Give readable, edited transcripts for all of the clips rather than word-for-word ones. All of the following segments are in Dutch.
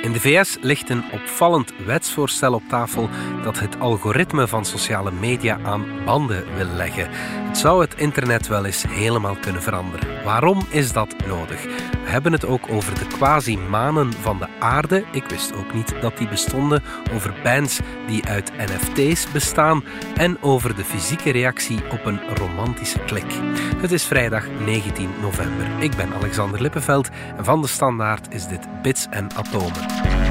In de VS ligt een opvallend wetsvoorstel op tafel dat het algoritme van sociale media aan banden wil leggen. Het zou het internet wel eens helemaal kunnen veranderen. Waarom is dat nodig? We hebben het ook over de quasi-manen van de aarde. Ik wist ook niet dat die bestonden. Over bands die uit NFT's bestaan. En over de fysieke reactie op een romantische klik. Het is vrijdag 19 november. Ik ben Alexander Lippenveld en van De Standaard is dit Bits en Atomen.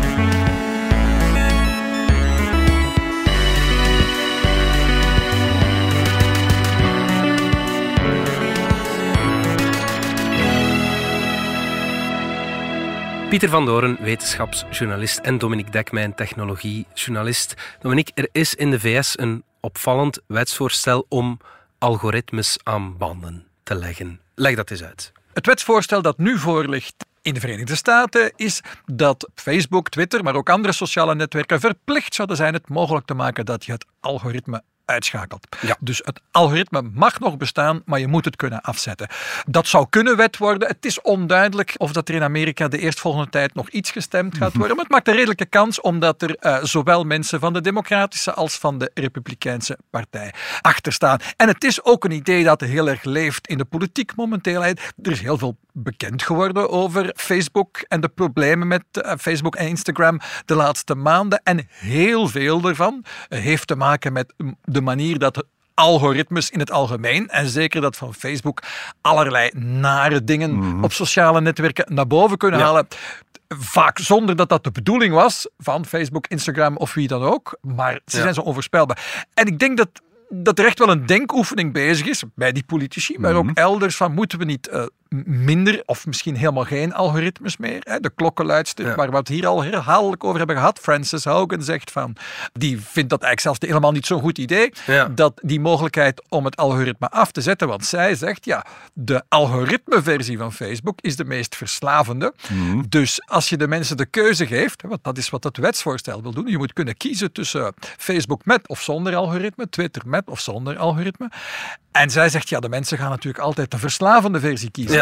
Pieter van Doorn, wetenschapsjournalist, en Dominique Dekmijn, technologiejournalist. Dominique, er is in de VS een opvallend wetsvoorstel om algoritmes aan banden te leggen. Leg dat eens uit. Het wetsvoorstel dat nu voor ligt in de Verenigde Staten is dat Facebook, Twitter, maar ook andere sociale netwerken verplicht zouden zijn het mogelijk te maken dat je het algoritme uitschakelt. Ja. Dus het algoritme mag nog bestaan, maar je moet het kunnen afzetten. Dat zou kunnen wet worden. Het is onduidelijk of dat er in Amerika de eerstvolgende tijd nog iets gestemd gaat worden. Maar het maakt een redelijke kans, omdat er zowel mensen van de Democratische als van de Republikeinse partij achter staan. En het is ook een idee dat heel erg leeft in de politiek momenteel. Er is heel veel bekend geworden over Facebook en de problemen met Facebook en Instagram de laatste maanden. En heel veel daarvan heeft te maken met de manier dat algoritmes in het algemeen, en zeker dat van Facebook, allerlei nare dingen op sociale netwerken naar boven kunnen halen. Vaak zonder dat dat de bedoeling was van Facebook, Instagram of wie dan ook. Maar ze zijn zo onvoorspelbaar. En ik denk dat er echt wel een denkoefening bezig is bij die politici, maar ook elders van moeten we niet minder of misschien helemaal geen algoritmes meer. Hè? De klokkenluidster, waar we het hier al herhaaldelijk over hebben gehad. Frances Haugen zegt van, die vindt dat eigenlijk zelfs helemaal niet zo'n goed idee, dat die mogelijkheid om het algoritme af te zetten, want zij zegt, de algoritmeversie van Facebook is de meest verslavende. Dus als je de mensen de keuze geeft, want dat is wat het wetsvoorstel wil doen, je moet kunnen kiezen tussen Facebook met of zonder algoritme, Twitter met of zonder algoritme. En zij zegt, de mensen gaan natuurlijk altijd de verslavende versie kiezen.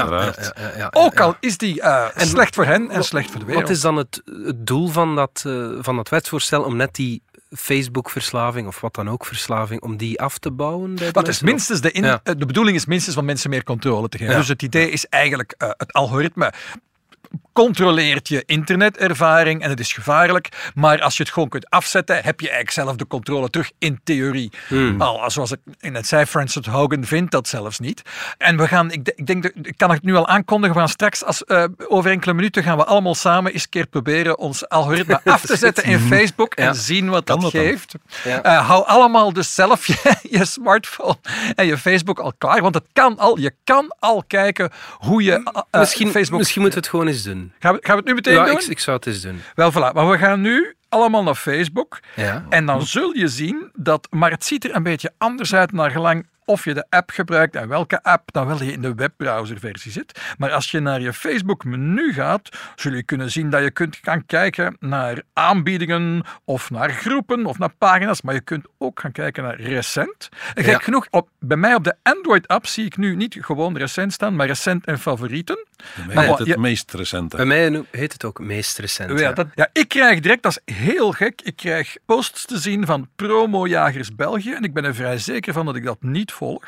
Ook al is die slecht voor hen en slecht voor de wereld. Wat is dan het doel van dat wetsvoorstel om net die Facebook-verslaving, of wat dan ook verslaving, om die af te bouwen? Dat is minstens de bedoeling is minstens om mensen meer controle te geven. Dus het idee is eigenlijk het algoritme controleert je internetervaring en het is gevaarlijk, maar als je het gewoon kunt afzetten, heb je eigenlijk zelf de controle terug in theorie. Zoals ik net zei, Frances Haugen vindt dat zelfs niet. En we gaan, ik denk, ik kan het nu al aankondigen, we gaan straks, over enkele minuten gaan we allemaal samen eens een keer proberen ons algoritme af te zetten in Facebook en zien wat dat geeft. Hou allemaal dus zelf je smartphone en je Facebook al klaar, want het kan al, je kan al kijken hoe je Facebook... Misschien moeten we het gewoon eens doen. Gaan we het nu meteen doen? Ik zou het eens doen. Wel, voilà. Maar we gaan nu allemaal naar Facebook. En dan zul je zien dat... Maar het ziet er een beetje anders uit naar gelang of je de app gebruikt en welke app, dan wel je in de webbrowserversie zit. Maar als je naar je Facebook-menu gaat, zul je kunnen zien dat je kunt gaan kijken naar aanbiedingen of naar groepen of naar pagina's, maar je kunt ook gaan kijken naar recent. En gek genoeg, bij mij op de Android-app zie ik nu niet gewoon recent staan, maar recent en favorieten. Bij mij heet het meest recente. Bij mij heet het ook meest recent. Ik krijg direct, dat is heel gek, ik krijg posts te zien van Promojagers België en ik ben er vrij zeker van dat ik dat niet volg.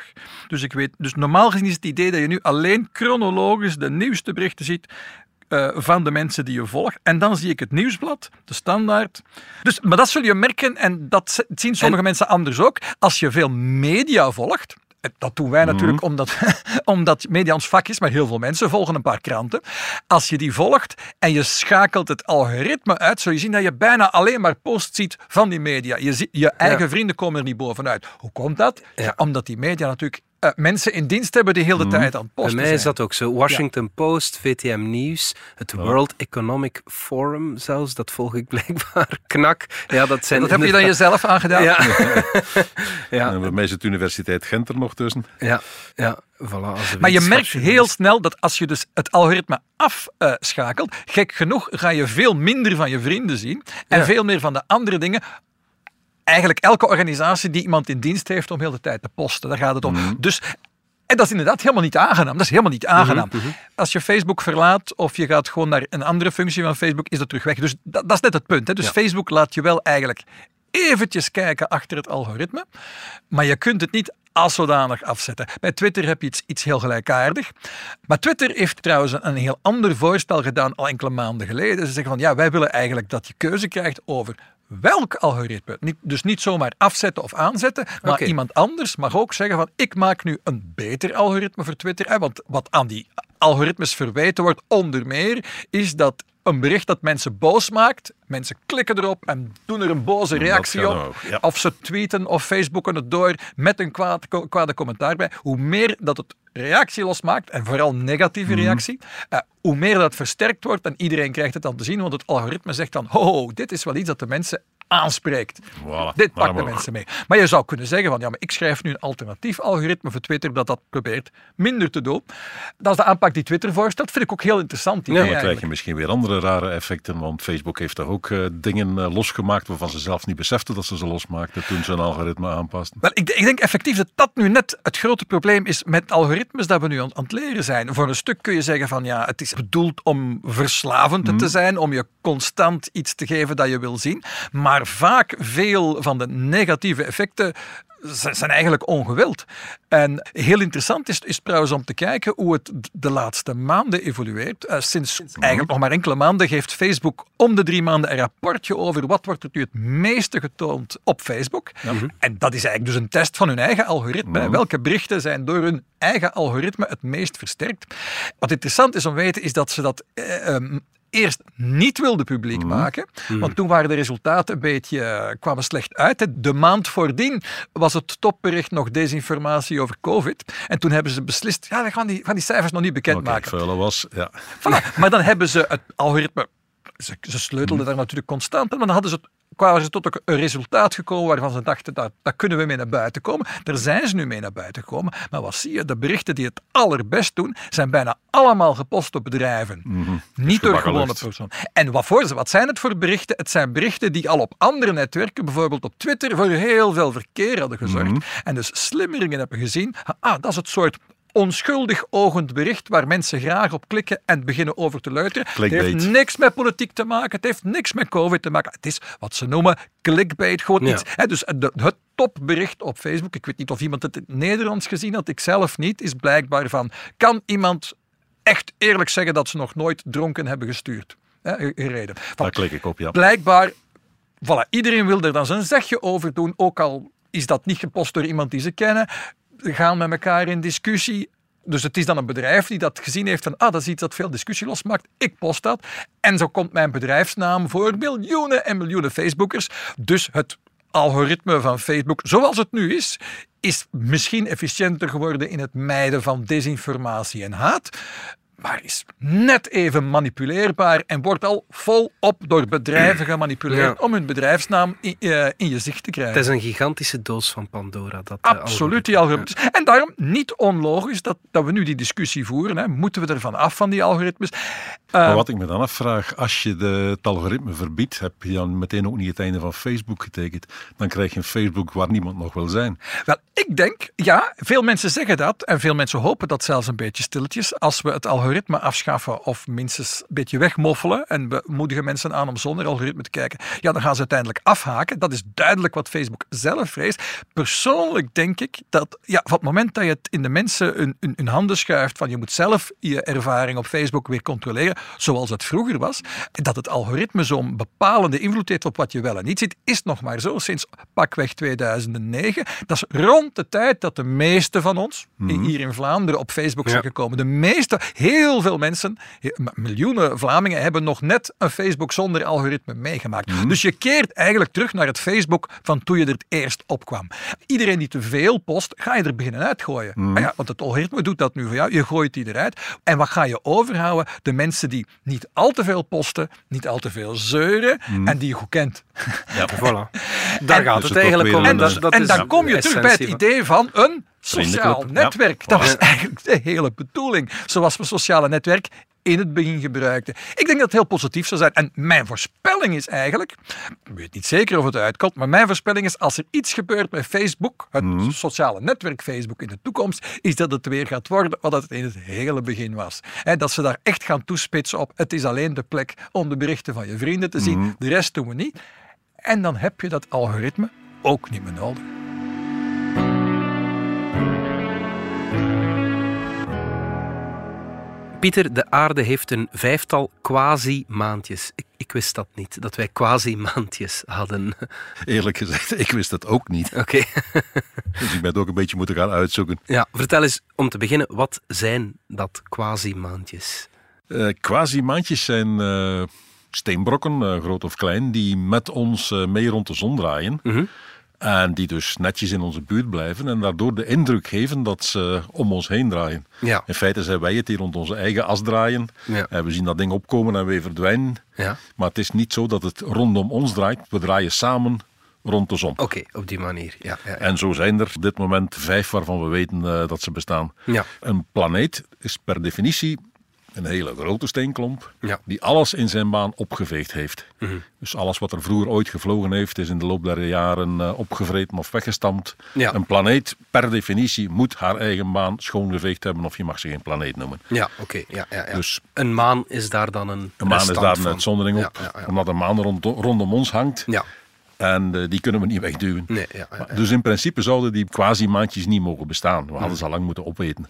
Dus normaal gezien is het idee dat je nu alleen chronologisch de nieuwste berichten ziet van de mensen die je volgt. En dan zie ik het nieuwsblad, de Standaard. Maar dat zul je merken, en dat zien sommige mensen anders ook. Als je veel media volgt, dat doen wij natuurlijk omdat media ons vak is, maar heel veel mensen volgen een paar kranten. Als je die volgt en je schakelt het algoritme uit, zul je zien dat je bijna alleen maar posts ziet van die media. Je eigen vrienden komen er niet bovenuit. Hoe komt dat? Omdat die media natuurlijk mensen in dienst hebben die heel de tijd aan het posten zijn. Bij mij is dat ook zo. Washington Post, VTM Nieuws, het World Economic Forum zelfs, dat volg ik blijkbaar. Knak. Dat heb je dan jezelf aangedaan? En bij mij zit de Universiteit Gent er nog tussen. Voilà, maar je merkt heel snel dat als je dus het algoritme afschakelt, gek genoeg ga je veel minder van je vrienden zien en veel meer van de andere dingen. Eigenlijk elke organisatie die iemand in dienst heeft om heel de tijd te posten. Daar gaat het om. Dus En dat is inderdaad helemaal niet aangenaam. Als je Facebook verlaat of je gaat gewoon naar een andere functie van Facebook, is dat terug weg. Dus dat is net het punt. Hè. Dus Facebook laat je wel eigenlijk eventjes kijken achter het algoritme, maar je kunt het niet als zodanig afzetten. Bij Twitter heb je iets heel gelijkaardig. Maar Twitter heeft trouwens een heel ander voorstel gedaan al enkele maanden geleden. Ze zeggen van wij willen eigenlijk dat je keuze krijgt over welk algoritme. Dus niet zomaar afzetten of aanzetten, maar iemand anders mag ook zeggen van ik maak nu een beter algoritme voor Twitter. Want wat aan die algoritmes verweten wordt, onder meer, is dat een bericht dat mensen boos maakt, mensen klikken erop en doen er een boze reactie op. Ja. Of ze tweeten of Facebooken het door met een kwade commentaar bij. Hoe meer dat het reactie losmaakt, en vooral negatieve reactie, hoe meer dat versterkt wordt en iedereen krijgt het dan te zien, want het algoritme zegt dan, dit is wel iets dat de mensen aanspreekt. Voilà, dit pakt de mensen mee. Maar je zou kunnen zeggen van, maar ik schrijf nu een alternatief algoritme voor Twitter dat probeert minder te doen. Dat is de aanpak die Twitter voorstelt. Vind ik ook heel interessant. Dan krijg je misschien weer andere rare effecten, want Facebook heeft toch ook dingen losgemaakt waarvan ze zelf niet beseften dat ze losmaakten toen ze een algoritme aanpasten. Wel, ik denk effectief dat nu net het grote probleem is met algoritmes dat we nu aan het leren zijn. Voor een stuk kun je zeggen van, het is bedoeld om verslavend te zijn, om je constant iets te geven dat je wil zien. Maar vaak veel van de negatieve effecten zijn eigenlijk ongewild. En heel interessant is trouwens om te kijken hoe het de laatste maanden evolueert. Sinds eigenlijk nog maar enkele maanden geeft Facebook om de 3 maanden een rapportje over wat wordt er nu het meeste getoond op Facebook. En dat is eigenlijk dus een test van hun eigen algoritme. Welke berichten zijn door hun eigen algoritme het meest versterkt? Wat interessant is om te weten is dat ze dat eerst niet wilde publiek maken, want toen waren de resultaten een beetje kwamen slecht uit. De maand voordien was het topbericht nog desinformatie over COVID. En toen hebben ze beslist, we gaan die cijfers nog niet bekendmaken. Vuile was, ja. Voilà. Maar dan hebben ze het algoritme, ze sleutelden daar natuurlijk constant aan, maar dan kwamen ze tot een resultaat gekomen waarvan ze dachten, daar kunnen we mee naar buiten komen. Daar zijn ze nu mee naar buiten gekomen. Maar wat zie je? De berichten die het allerbest doen, zijn bijna allemaal gepost op bedrijven. Niet door gewone personen. En wat zijn het voor berichten? Het zijn berichten die al op andere netwerken, bijvoorbeeld op Twitter, voor heel veel verkeer hadden gezorgd. En dus slimmeringen hebben gezien, dat is het soort onschuldig ogend bericht waar mensen graag op klikken en beginnen over te luisteren. Het heeft niks met politiek te maken, het heeft niks met COVID te maken. Het is wat ze noemen clickbait, gewoon iets. Dus het topbericht op Facebook, ik weet niet of iemand het in het Nederlands gezien had, ik zelf niet, is blijkbaar van, kan iemand echt eerlijk zeggen dat ze nog nooit dronken hebben gestuurd? Gereden. Daar klik ik op, ja. Blijkbaar, iedereen wil er dan zijn zegje over doen, ook al is dat niet gepost door iemand die ze kennen. Gaan met elkaar in discussie. Dus het is dan een bedrijf die dat gezien heeft van, dat is iets dat veel discussie losmaakt. Ik post dat. En zo komt mijn bedrijfsnaam voor miljoenen en miljoenen Facebookers. Dus het algoritme van Facebook, zoals het nu is misschien efficiënter geworden in het mijden van desinformatie en haat. Maar is net even manipuleerbaar en wordt al volop door bedrijven gemanipuleerd om hun bedrijfsnaam in je zicht te krijgen. Het is een gigantische doos van Pandora. Absoluut, die algoritmes. En daarom niet onlogisch dat we nu die discussie voeren. Hè. Moeten we ervan af van die algoritmes? Maar wat ik me dan afvraag, als je het algoritme verbiedt, heb je dan meteen ook niet het einde van Facebook getekend? Dan krijg je een Facebook waar niemand nog wil zijn. Wel, ik denk, veel mensen zeggen dat en veel mensen hopen dat zelfs een beetje stilletjes. Als we het algoritme afschaffen of minstens een beetje wegmoffelen en we moedigen mensen aan om zonder algoritme te kijken, dan gaan ze uiteindelijk afhaken. Dat is duidelijk wat Facebook zelf vreest. Persoonlijk denk ik dat van het moment dat je het in de mensen hun handen schuift van je moet zelf je ervaring op Facebook weer controleren, zoals het vroeger was, dat het algoritme zo'n bepalende invloed heeft op wat je wel en niet ziet, is nog maar zo sinds pakweg 2009. Dat is rond de tijd dat de meeste van ons hier in Vlaanderen op Facebook zijn gekomen. De meeste, heel veel mensen, miljoenen Vlamingen, hebben nog net een Facebook zonder algoritme meegemaakt. Dus je keert eigenlijk terug naar het Facebook van toen je er het eerst op kwam. Iedereen die te veel post, ga je er beginnen uitgooien. Want het algoritme doet dat nu voor jou. Je gooit die eruit. En wat ga je overhouden? De mensen die niet al te veel posten, niet al te veel zeuren en die je goed kent. Ja, voilà. Daar gaat het eigenlijk om. En dan kom je terug bij het idee van een sociaal netwerk. Dat was eigenlijk de hele bedoeling. Zoals we sociale netwerk in het begin gebruikten. Ik denk dat het heel positief zou zijn. En mijn voorspelling voorspelling is eigenlijk, ik weet niet zeker of het uitkomt, maar mijn voorspelling is, als er iets gebeurt met Facebook, het sociale netwerk Facebook in de toekomst, is dat het weer gaat worden wat het in het hele begin was. Dat ze daar echt gaan toespitsen op, het is alleen de plek om de berichten van je vrienden te zien, de rest doen we niet. En dan heb je dat algoritme ook niet meer nodig. Pieter, de aarde heeft een 5-tal quasi-maantjes. Ik wist dat niet, dat wij quasi-maantjes hadden. Eerlijk gezegd, ik wist het ook niet. Oké. Dus ik ben het ook een beetje moeten gaan uitzoeken. Ja, vertel eens, om te beginnen, wat zijn dat quasi-maantjes? Quasi-maantjes zijn steenbrokken, groot of klein, die met ons mee rond de zon draaien. En die dus netjes in onze buurt blijven en daardoor de indruk geven dat ze om ons heen draaien. Ja. In feite zijn wij het hier rond onze eigen as draaien. Ja. En we zien dat ding opkomen en weer verdwijnen. Ja. Maar het is niet zo dat het rondom ons draait. We draaien samen rond de zon. Oké, op die manier. Ja. En zo zijn er op dit moment 5 waarvan we weten dat ze bestaan. Ja. Een planeet is per definitie een hele grote steenklomp die alles in zijn baan opgeveegd heeft. Dus alles wat er vroeger ooit gevlogen heeft, is in de loop der jaren opgevreten of weggestampt. Ja. Een planeet, per definitie, moet haar eigen baan schoongeveegd hebben, of je mag ze geen planeet noemen. Ja, oké. Ja. Dus een maan is daar dan een maan is daar een uitzondering op, omdat een maan rondom ons hangt. Ja. En die kunnen we niet wegduwen. Nee, Dus in principe zouden die quasi-maantjes niet mogen bestaan. We hadden ze al lang moeten opeten.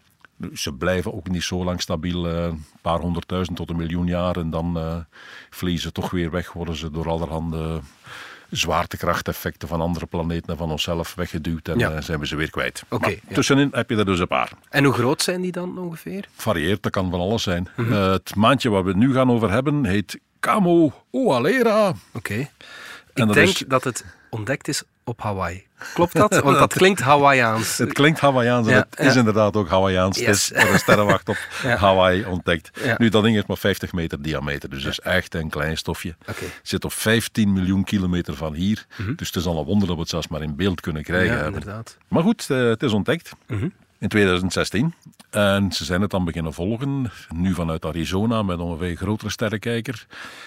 Ze blijven ook niet zo lang stabiel, een paar 100.000 tot 1 miljoen jaar. En dan vliegen ze toch weer weg, worden ze door allerhande zwaartekrachteffecten van andere planeten en van onszelf weggeduwd. En zijn we ze weer kwijt. Tussenin heb je er dus een paar. En hoe groot zijn die dan ongeveer? Varieert, dat kan van alles zijn. Het maantje waar we het nu gaan over hebben, heet Camo Oalera. Oké. Ik denk dat het ontdekt is op Hawaii. Klopt dat? Want dat klinkt Hawaiiaans. Het klinkt Hawaiiaans en het is inderdaad ook Hawaiiaans. Yes. Het is door een sterrenwacht op Hawaii ontdekt. Ja. Nu, dat ding heeft maar 50 meter diameter, dus dat is echt een klein stofje. Het zit op 15 miljoen kilometer van hier, dus het is al een wonder dat we het zelfs maar in beeld kunnen krijgen. Ja, inderdaad. Maar goed, het is ontdekt in 2016. En ze zijn het dan beginnen volgen, nu vanuit Arizona met ongeveer een grotere sterrenkijker.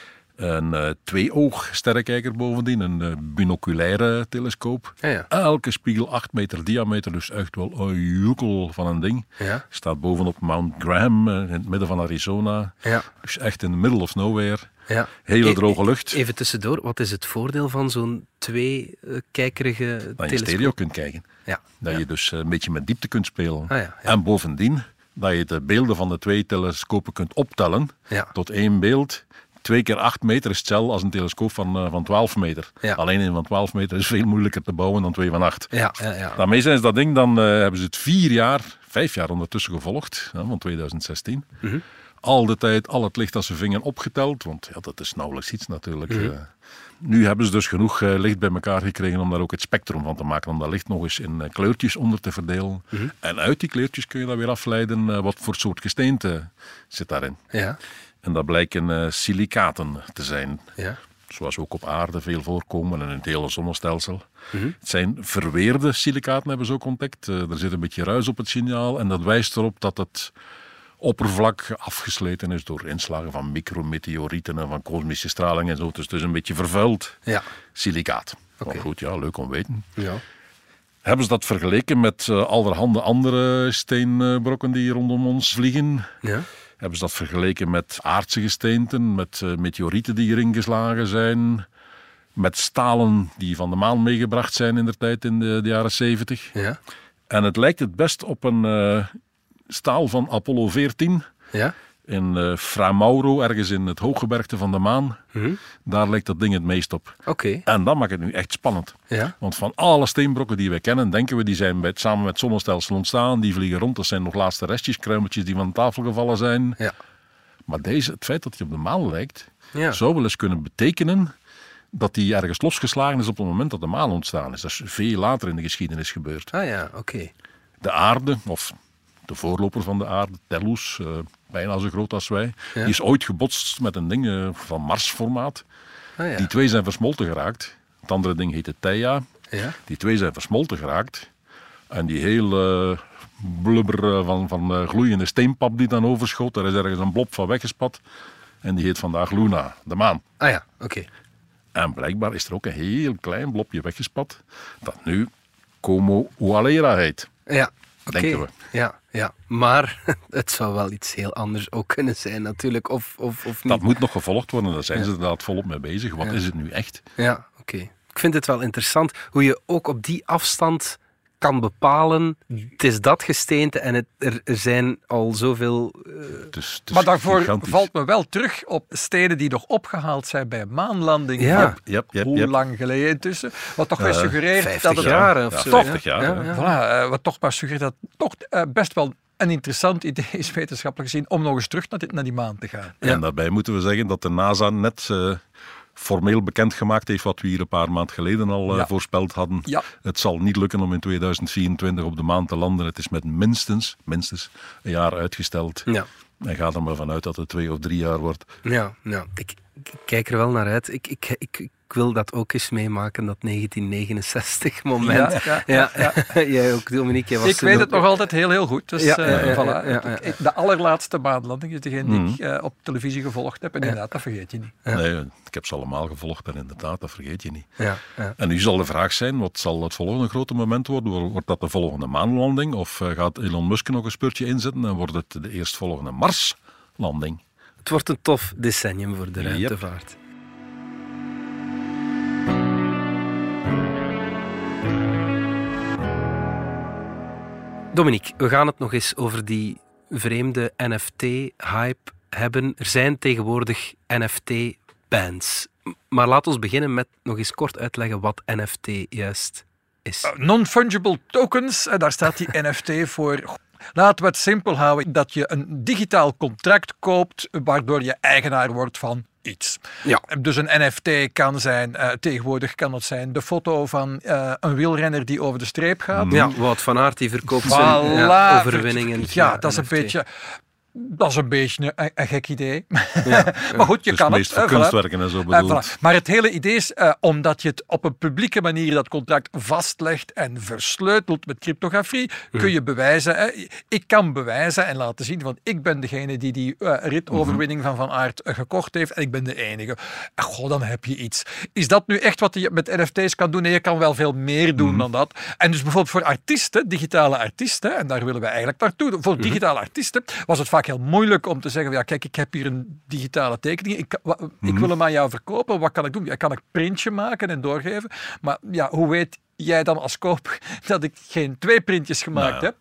Een 2-oog-sterrenkijker bovendien, een binoculaire telescoop. Elke spiegel 8 meter diameter, dus echt wel een joekel van een ding. Staat bovenop Mount Graham, in het midden van Arizona. Dus echt in the middle of nowhere. Hele droge lucht. Even tussendoor, wat is het voordeel van zo'n 2-kijkerige telescoop? Dat je stereo kunt kijken. Dat je dus een beetje met diepte kunt spelen. En bovendien, dat je de beelden van de 2 telescopen kunt optellen tot 1 beeld. 2 keer 8 meter is hetzelfde als een telescoop van 12 meter. Alleen een van 12 meter is veel moeilijker te bouwen dan 2 van 8. Daarmee zijn ze dat ding, dan hebben ze het 5 jaar ondertussen gevolgd, van 2016. Al de tijd, al het licht dat ze vingen opgeteld, want dat is nauwelijks iets natuurlijk. Nu hebben ze dus genoeg licht bij elkaar gekregen om daar ook het spectrum van te maken, om dat licht nog eens in kleurtjes onder te verdelen. En uit die kleurtjes kun je dan weer afleiden wat voor soort gesteente zit daarin. En dat blijken silicaten te zijn. Zoals ook op aarde veel voorkomen en in het hele zonnestelsel. Het zijn verweerde silicaten, hebben ze ook ontdekt. Er zit een beetje ruis op het signaal en dat wijst erop dat het oppervlak afgesleten is door inslagen van micrometeorieten en van kosmische straling en zo. Dus het is een beetje vervuild silicaat. Maar goed, leuk om te weten. Hebben ze dat vergeleken met allerhande andere steenbrokken die rondom ons vliegen? Hebben ze dat vergeleken met aardse gesteenten, met meteorieten die erin geslagen zijn, met stalen die van de maan meegebracht zijn in de tijd in de jaren 70. En het lijkt het best op een staal van Apollo 14 in Fra Mauro, ergens in het hooggebergte van de maan. Daar lijkt dat ding het meest op. En dat maakt het nu echt spannend. Want van alle steenbrokken die wij kennen, denken we, die zijn samen met het zonnestelsel ontstaan. Die vliegen rond, dat zijn nog laatste restjes, kruimeltjes die van de tafel gevallen zijn. Maar het feit dat hij op de maan lijkt, zou wel eens kunnen betekenen dat die ergens losgeslagen is op het moment dat de maan ontstaan is. Dat is veel later in de geschiedenis gebeurd. De aarde, of de voorloper van de aarde, Tellus, bijna zo groot als wij, die is ooit gebotst met een ding van Marsformaat. Die 2 zijn versmolten geraakt. Het andere ding heette Theia. Die 2 zijn versmolten geraakt. En die hele blubber van gloeiende steenpap die dan overschoot, daar is ergens een blob van weggespat. En die heet vandaag Luna, de maan. Ah ja, oké. En blijkbaar is er ook een heel klein blopje weggespat dat nu Como Ualera heet. Ja, denken we. Ja, maar het zou wel iets heel anders ook kunnen zijn natuurlijk, of niet. Dat moet nog gevolgd worden, daar zijn ze inderdaad volop mee bezig. Wat is het nu echt? Ja, oké. Ik vind het wel interessant hoe je ook op die afstand kan bepalen, het is dat gesteente en er zijn al zoveel... Maar daarvoor valt me wel terug op steden die nog opgehaald zijn bij een maanlanding. Ja. Hoe lang geleden intussen? Wat toch weer suggereert 50 dat het... jaar of zo. 50 jaar. Voilà, wat toch maar suggereert dat het toch best wel een interessant idee is, wetenschappelijk gezien, om nog eens terug naar die maan te gaan. En daarbij moeten we zeggen dat de NASA net... formeel bekendgemaakt heeft wat we hier een paar maanden geleden al voorspeld hadden. Ja. Het zal niet lukken om in 2024 op de maan te landen. Het is met minstens een jaar uitgesteld. Ja. En ga er maar vanuit dat het 2 of 3 jaar wordt. Ja. Ik kijk er wel naar uit. Ik wil dat ook eens meemaken, dat 1969 moment. Ja. Jij ook, Dominique. Ik weet het nog altijd heel goed. Dus, voilà. De allerlaatste maanlanding is degene die ik op televisie gevolgd heb. En inderdaad, dat vergeet je niet. Ja. Nee, ik heb ze allemaal gevolgd en inderdaad, dat vergeet je niet. Ja. En nu zal de vraag zijn, wat zal het volgende grote moment worden? Wordt dat de volgende maanlanding? Of gaat Elon Musk nog een spurtje inzetten en wordt het de eerstvolgende Marslanding? Het wordt een tof decennium voor de ruimtevaart. Dominique, we gaan het nog eens over die vreemde NFT-hype hebben. Er zijn tegenwoordig NFT-bands. Maar laat ons beginnen met nog eens kort uitleggen wat NFT juist is. Non-fungible tokens, daar staat die NFT voor. Laten we het simpel houden, dat je een digitaal contract koopt waardoor je eigenaar wordt van iets. Ja. Dus een NFT kan zijn, tegenwoordig kan het zijn de foto van een wielrenner die over de streep gaat. Ja, Wout van Aert die verkoopt zijn overwinningen. Ja, dat is een beetje... Dat is een beetje een gek idee. Ja, maar goed, je dus kan het. Meest voor kunstwerken en zo bedoeld. Maar het hele idee is, omdat je het op een publieke manier dat contract vastlegt en versleutelt met cryptografie, kun je bewijzen. Ik kan bewijzen en laten zien, want ik ben degene die ritoverwinning van Aert gekocht heeft en ik ben de enige. Goh, dan heb je iets. Is dat nu echt wat je met NFT's kan doen? Nee, je kan wel veel meer doen dan dat. En dus bijvoorbeeld voor artiesten, digitale artiesten, en daar willen we eigenlijk naartoe. Voor digitale artiesten was het vaak heel moeilijk om te zeggen, ja kijk, ik heb hier een digitale tekening, ik wil hem aan jou verkopen, wat kan ik doen? Ja, kan ik een printje maken en doorgeven? Maar ja, hoe weet jij dan als koper dat ik geen 2 printjes gemaakt heb?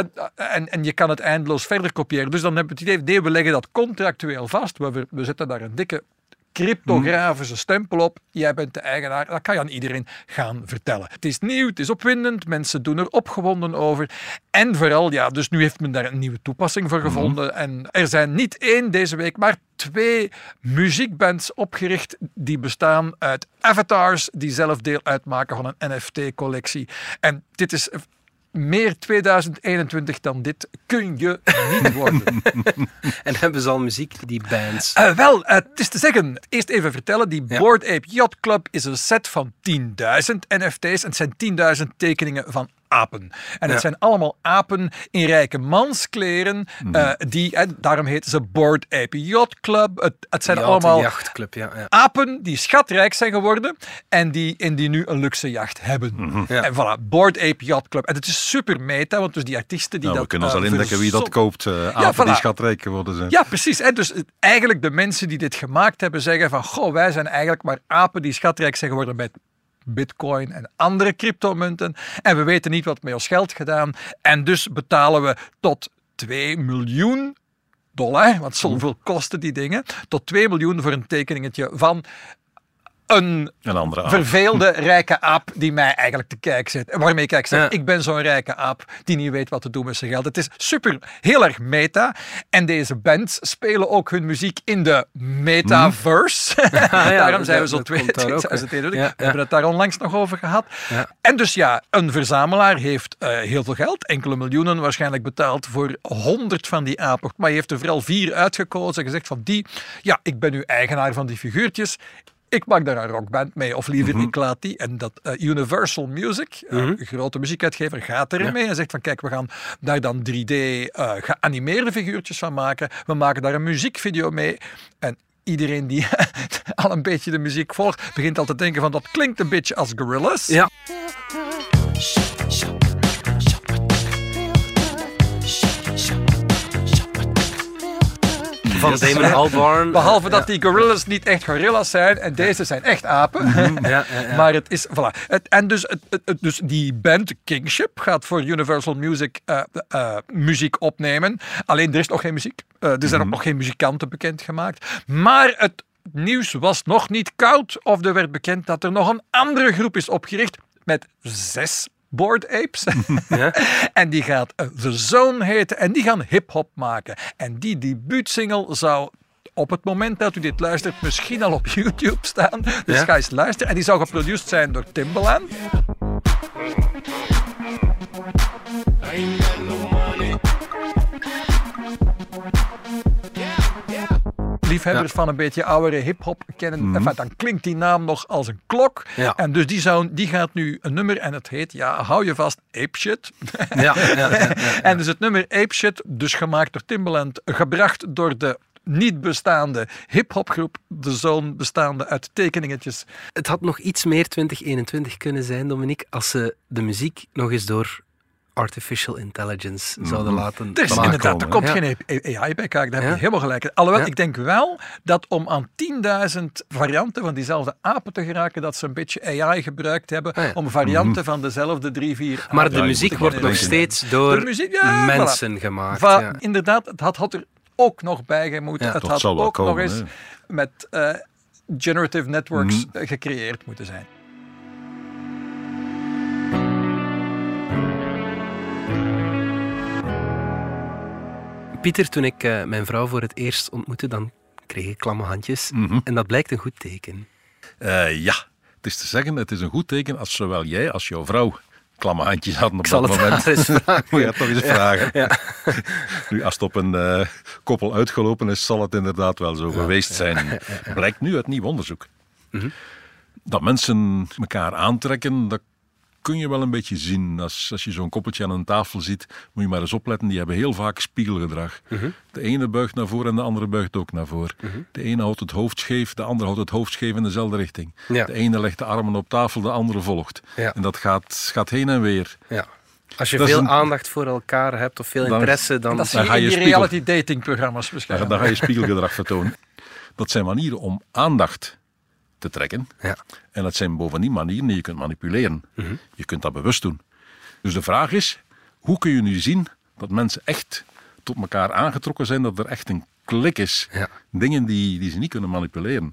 En je kan het eindeloos verder kopiëren. Dus dan hebben we het idee, we leggen dat contractueel vast, we zetten daar een dikke cryptografische stempel op, jij bent de eigenaar, dat kan je aan iedereen gaan vertellen. Het is nieuw, het is opwindend, mensen doen er opgewonden over. En vooral, dus nu heeft men daar een nieuwe toepassing voor gevonden. En er zijn niet 1 deze week, maar 2 muziekbands opgericht die bestaan uit avatars die zelf deel uitmaken van een NFT-collectie. En dit is... Meer 2021 dan dit kun je niet worden. En hebben ze al muziek, die bands? Wel, het is te zeggen. Eerst even vertellen. Die Bored Ape Yacht Club is een set van 10.000 NFT's. En het zijn 10.000 tekeningen van apen. En het zijn allemaal apen in rijke manskleren. Daarom heten ze Bored Ape Yacht Club. Het zijn allemaal jachtclub, apen die schatrijk zijn geworden en die nu een luxe jacht hebben. En voilà, Bored Ape Yacht Club. En het is super meta, want dus die artiesten die dat... We kunnen ons al indekken wie dat koopt. Apen die schatrijk geworden zijn. Ja, precies. En dus eigenlijk de mensen die dit gemaakt hebben zeggen van, goh, wij zijn eigenlijk maar apen die schatrijk zijn geworden met Bitcoin en andere cryptomunten. En we weten niet wat met ons geld gedaan. En dus betalen we tot $2 miljoen, want zoveel kosten die dingen, tot 2 miljoen voor een tekeningetje van een andere verveelde rijke aap die mij eigenlijk te kijk zet. En waarmee ik zeg, ik ben zo'n rijke aap die niet weet wat te doen met zijn geld. Het is heel erg meta. En deze bands spelen ook hun muziek in de metaverse. Daarom zijn we zo 2021. We hebben het daar onlangs nog over gehad. Ja. En dus een verzamelaar heeft heel veel geld, enkele miljoenen waarschijnlijk betaald voor 100 van die apen. Maar hij heeft er vooral 4 uitgekozen en gezegd van ik ben nu eigenaar van die figuurtjes. Ik maak daar een rockband mee, of liever ik laat die. En dat Universal Music, een grote muziekuitgever, gaat erin mee en zegt van kijk, we gaan daar dan 3D geanimeerde figuurtjes van maken. We maken daar een muziekvideo mee. En iedereen die al een beetje de muziek volgt, begint al te denken van dat klinkt een beetje als Gorillaz. Ja. Van Damon Albarn. Behalve dat die Gorillaz niet echt gorillas zijn en deze zijn echt apen. Maar het is, voilà. Dus die band Kingship gaat voor Universal Music muziek opnemen. Alleen er is nog geen muziek. Er zijn ook nog geen muzikanten bekendgemaakt. Maar het nieuws was nog niet koud of er werd bekend dat er nog een andere groep is opgericht met 6 Bored Apes. Ja. En die gaat The Zone heten en die gaan hip-hop maken. En die debuutsingle zou op het moment dat u dit luistert misschien al op YouTube staan. Dus ga eens luisteren. En die zou geproduceerd zijn door Timbaland. Liefhebbers van een beetje oudere hip-hop kennen, dan klinkt die naam nog als een klok. Ja. En dus die gaat nu een nummer en het heet, hou je vast, Ape Shit. Ja. En dus het nummer Ape Shit, dus gemaakt door Timbaland, gebracht door de niet bestaande hip-hopgroep, The Zone, bestaande uit tekeningetjes. Het had nog iets meer 2021 kunnen zijn, Dominique, als ze de muziek nog eens door artificial intelligence zouden laten dus maken. Inderdaad, er komt geen AI bij kijken, daar heb je helemaal gelijk. Alhoewel, ik denk wel dat om aan 10.000 varianten van diezelfde apen te geraken, dat ze een beetje AI gebruikt hebben om varianten van dezelfde 3-4 Maar de muziek wordt nog steeds door mensen gemaakt. Inderdaad, het had er ook nog bij gemoeten. Het had ook nog eens met generative networks gecreëerd moeten zijn. Pieter, toen ik mijn vrouw voor het eerst ontmoette, dan kreeg ik klamme handjes. En dat blijkt een goed teken. Ja, het is te zeggen, het is een goed teken als zowel jij als jouw vrouw klamme handjes hadden op dat moment. Eens vragen. Moet je het toch eens vragen. Ja. Nu, als het op een koppel uitgelopen is, zal het inderdaad wel zo geweest zijn. Blijkt nu uit nieuw onderzoek. Dat mensen elkaar aantrekken, dat kun je wel een beetje zien. Als je zo'n koppeltje aan een tafel ziet, moet je maar eens opletten. Die hebben heel vaak spiegelgedrag. De ene buigt naar voren en de andere buigt ook naar voren. De ene houdt het hoofd scheef, de andere houdt het hoofd scheef in dezelfde richting. Ja. De ene legt de armen op tafel, de andere volgt. Ja. En dat gaat heen en weer. Ja. Als je veel aandacht voor elkaar hebt of veel interesse, dan ga je reality dating programma's waarschijnlijk. Dan ga je spiegelgedrag vertonen. Dat zijn manieren om aandacht te trekken. Ja. En dat zijn bovendien manieren die je kunt manipuleren. Je kunt dat bewust doen. Dus de vraag is, hoe kun je nu zien dat mensen echt tot elkaar aangetrokken zijn, dat er echt een klik is. Ja. Dingen die ze niet kunnen manipuleren.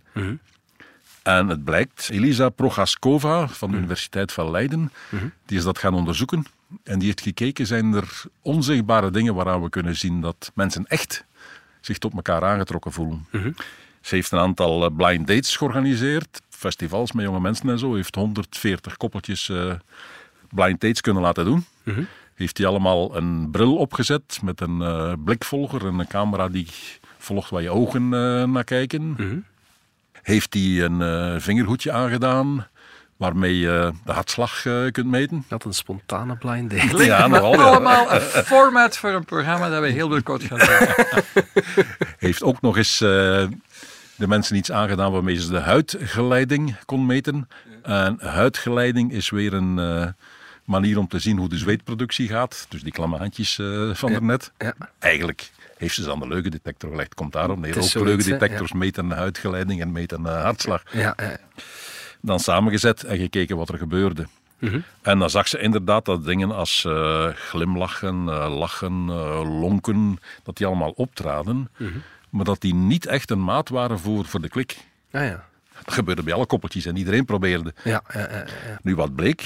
En het blijkt, Elisa Prochaskova van de Universiteit van Leiden, die is dat gaan onderzoeken. En die heeft gekeken, zijn er onzichtbare dingen waaraan we kunnen zien dat mensen echt zich tot elkaar aangetrokken voelen. Ze heeft een aantal blind dates georganiseerd, festivals met jonge mensen en zo. Heeft 140 koppeltjes blind dates kunnen laten doen. Heeft die allemaal een bril opgezet met een blikvolger en een camera die volgt waar je ogen naar kijken. Heeft die een vingerhoedje aangedaan waarmee je de hartslag kunt meten. Dat een spontane blind date. Ja, nogal. Allemaal een format voor een programma dat we heel binnenkort gaan doen. Heeft ook nog eens de mensen iets aangedaan waarmee ze de huidgeleiding kon meten. En huidgeleiding is weer een manier om te zien hoe de zweetproductie gaat. Dus die klamme handjes van daarnet. Ja. Eigenlijk heeft ze ze aan de leugендetector gelegd. Komt daarom neer. Ook leugendetectors meten huidgeleiding en meten hartslag. Ja. Dan samengezet en gekeken wat er gebeurde. En dan zag ze inderdaad dat dingen als glimlachen, lachen, lonken, dat die allemaal optraden. Maar dat die niet echt een maat waren voor de klik. Ja. Dat gebeurde bij alle koppeltjes en iedereen probeerde. Ja. Nu, wat bleek?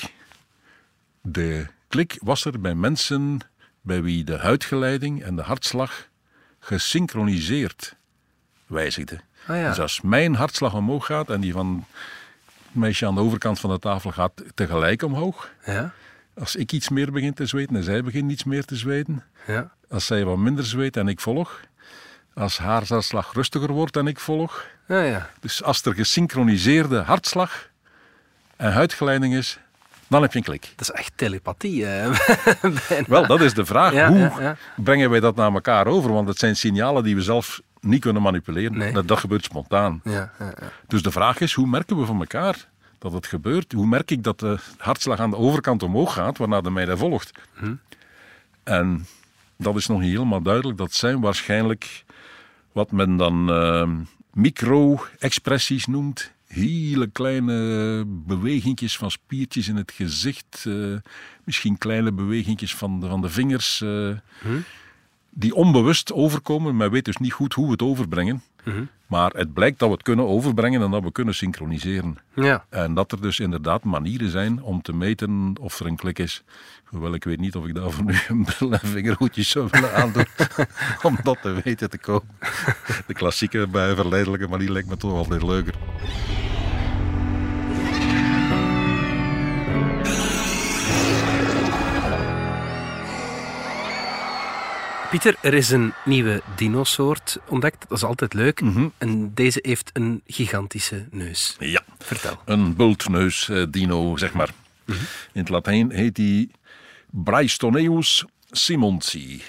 De klik was er bij mensen bij wie de huidgeleiding en de hartslag gesynchroniseerd wijzigden. Dus als mijn hartslag omhoog gaat en die van het meisje aan de overkant van de tafel gaat tegelijk omhoog. Ja. Als ik iets meer begin te zweten en zij begint iets meer te zweten. Ja. Als zij wat minder zweet en ik volg. Als haar hartslag rustiger wordt en ik volg. Ja. Dus als er gesynchroniseerde hartslag en huidgeleiding is, dan heb je een klik. Dat is echt telepathie. Wel, dat is de vraag. Hoe brengen wij dat naar elkaar over? Want het zijn signalen die we zelf niet kunnen manipuleren. Nee. Dat gebeurt spontaan. Ja. Dus de vraag is, hoe merken we van elkaar dat het gebeurt? Hoe merk ik dat de hartslag aan de overkant omhoog gaat, waarna de mij dat volgt? En dat is nog niet helemaal duidelijk. Dat zijn waarschijnlijk wat men dan micro-expressies noemt. Hele kleine bewegingjes van spiertjes in het gezicht. Misschien kleine bewegingjes van de vingers. Die onbewust overkomen. Men weet dus niet goed hoe we het overbrengen. Maar het blijkt dat we het kunnen overbrengen en dat we kunnen synchroniseren. Ja. En dat er dus inderdaad manieren zijn om te meten of er een klik is. Hoewel ik weet niet of ik daarvoor nu een bril en vingerhoedjes zou willen aandoen om dat te weten te komen. De klassieke bij verleidelijke manier lijkt me toch altijd leuker. Pieter, er is een nieuwe dinosoort ontdekt. Dat is altijd leuk. En deze heeft een gigantische neus. Ja. Vertel. Een bultneus dino, zeg maar. In het Latijn heet die Brystoneus simonsi.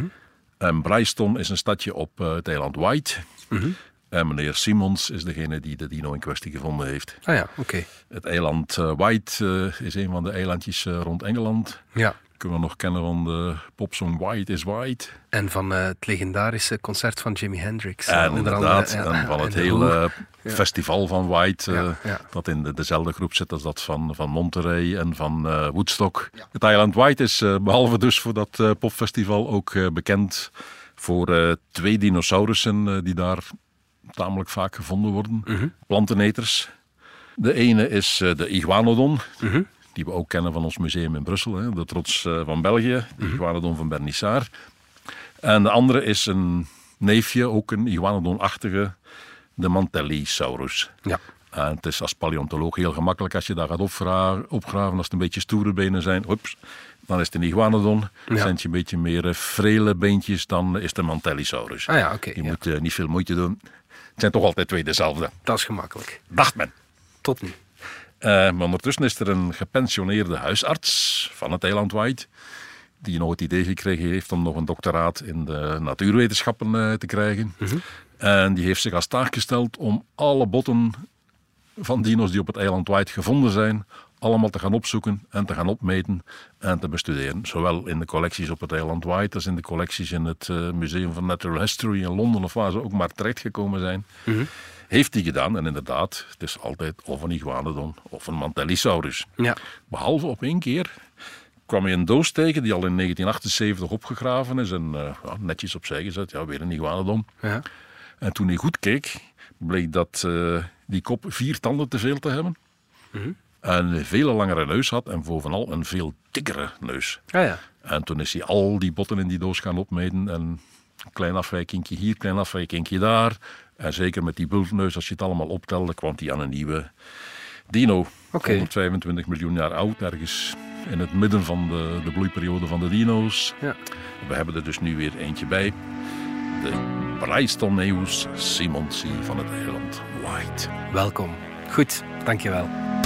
En Bryston is een stadje op het eiland Wight. En meneer Simons is degene die de dino in kwestie gevonden heeft. Ah ja, oké. Het eiland Wight is een van de eilandjes rond Engeland. Ja. Kunnen we nog kennen van de popsong White is White. En van het legendarische concert van Jimi Hendrix. En inderdaad, en van het hele festival van White, dat in dezelfde groep zit als dat van Monterey en van Woodstock. Ja. Het eiland White is behalve dus voor dat popfestival ook bekend voor 2 dinosaurussen die daar tamelijk vaak gevonden worden. Planteneters. De ene is de Iguanodon. Die we ook kennen van ons museum in Brussel, hè, de trots van België, de Iguanodon van Bernissart. En de andere is een neefje, ook een Iguanodon-achtige, de Mantellisaurus. Ja. En het is als paleontoloog heel gemakkelijk als je daar gaat opgraven, als het een beetje stoere benen zijn, dan is het een Iguanodon. Zijn het een beetje meer frele beentjes, dan is het een Mantellisaurus. Ah ja, oké. Je moet niet veel moeite doen. Het zijn toch altijd 2 dezelfde. Dat is gemakkelijk. Dacht men. Tot nu. Maar ondertussen is er een gepensioneerde huisarts van het eiland Wight die nog het idee gekregen heeft om nog een doctoraat in de natuurwetenschappen te krijgen. En die heeft zich als taak gesteld om alle botten van dino's die op het eiland Wight gevonden zijn, allemaal te gaan opzoeken en te gaan opmeten en te bestuderen. Zowel in de collecties op het eiland Wight als in de collecties in het Museum of Natural History in Londen, of waar ze ook maar terechtgekomen zijn. Heeft hij gedaan en inderdaad, het is altijd of een Iguanodon of een Mantellisaurus. Ja. Behalve op 1 keer kwam hij een doos tegen die al in 1978 opgegraven is en netjes opzij gezet. Ja, weer een Iguanodon. Ja. En toen hij goed keek, bleek dat die kop 4 tanden te veel te hebben. En een veel langere neus had en bovenal een veel dikkere neus. Ah, ja. En toen is hij al die botten in die doos gaan opmeten en een klein afwijkingje hier, klein afwijkingje daar. En zeker met die bultneus, als je het allemaal optelde, kwam hij aan een nieuwe dino. 125 miljoen jaar oud, ergens in het midden van de bloeiperiode van de dino's. Ja. We hebben er dus nu weer eentje bij. De Brystoneus simonsi van het eiland Wight. Welkom. Goed, dankjewel.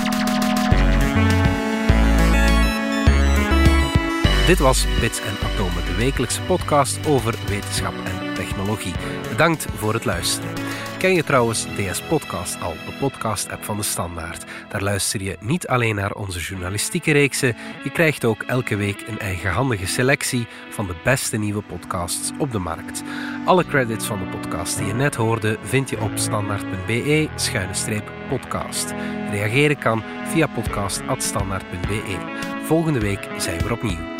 Dit was Bits en Atomen, de wekelijkse podcast over wetenschap en technologie. Bedankt voor het luisteren. Ken je trouwens DS Podcast al, de podcast-app van de Standaard? Daar luister je niet alleen naar onze journalistieke reeksen, je krijgt ook elke week een eigenhandige selectie van de beste nieuwe podcasts op de markt. Alle credits van de podcast die je net hoorde vind je op standaard.be/podcast. Reageren kan via podcast@standaard.be. Volgende week zijn we er opnieuw.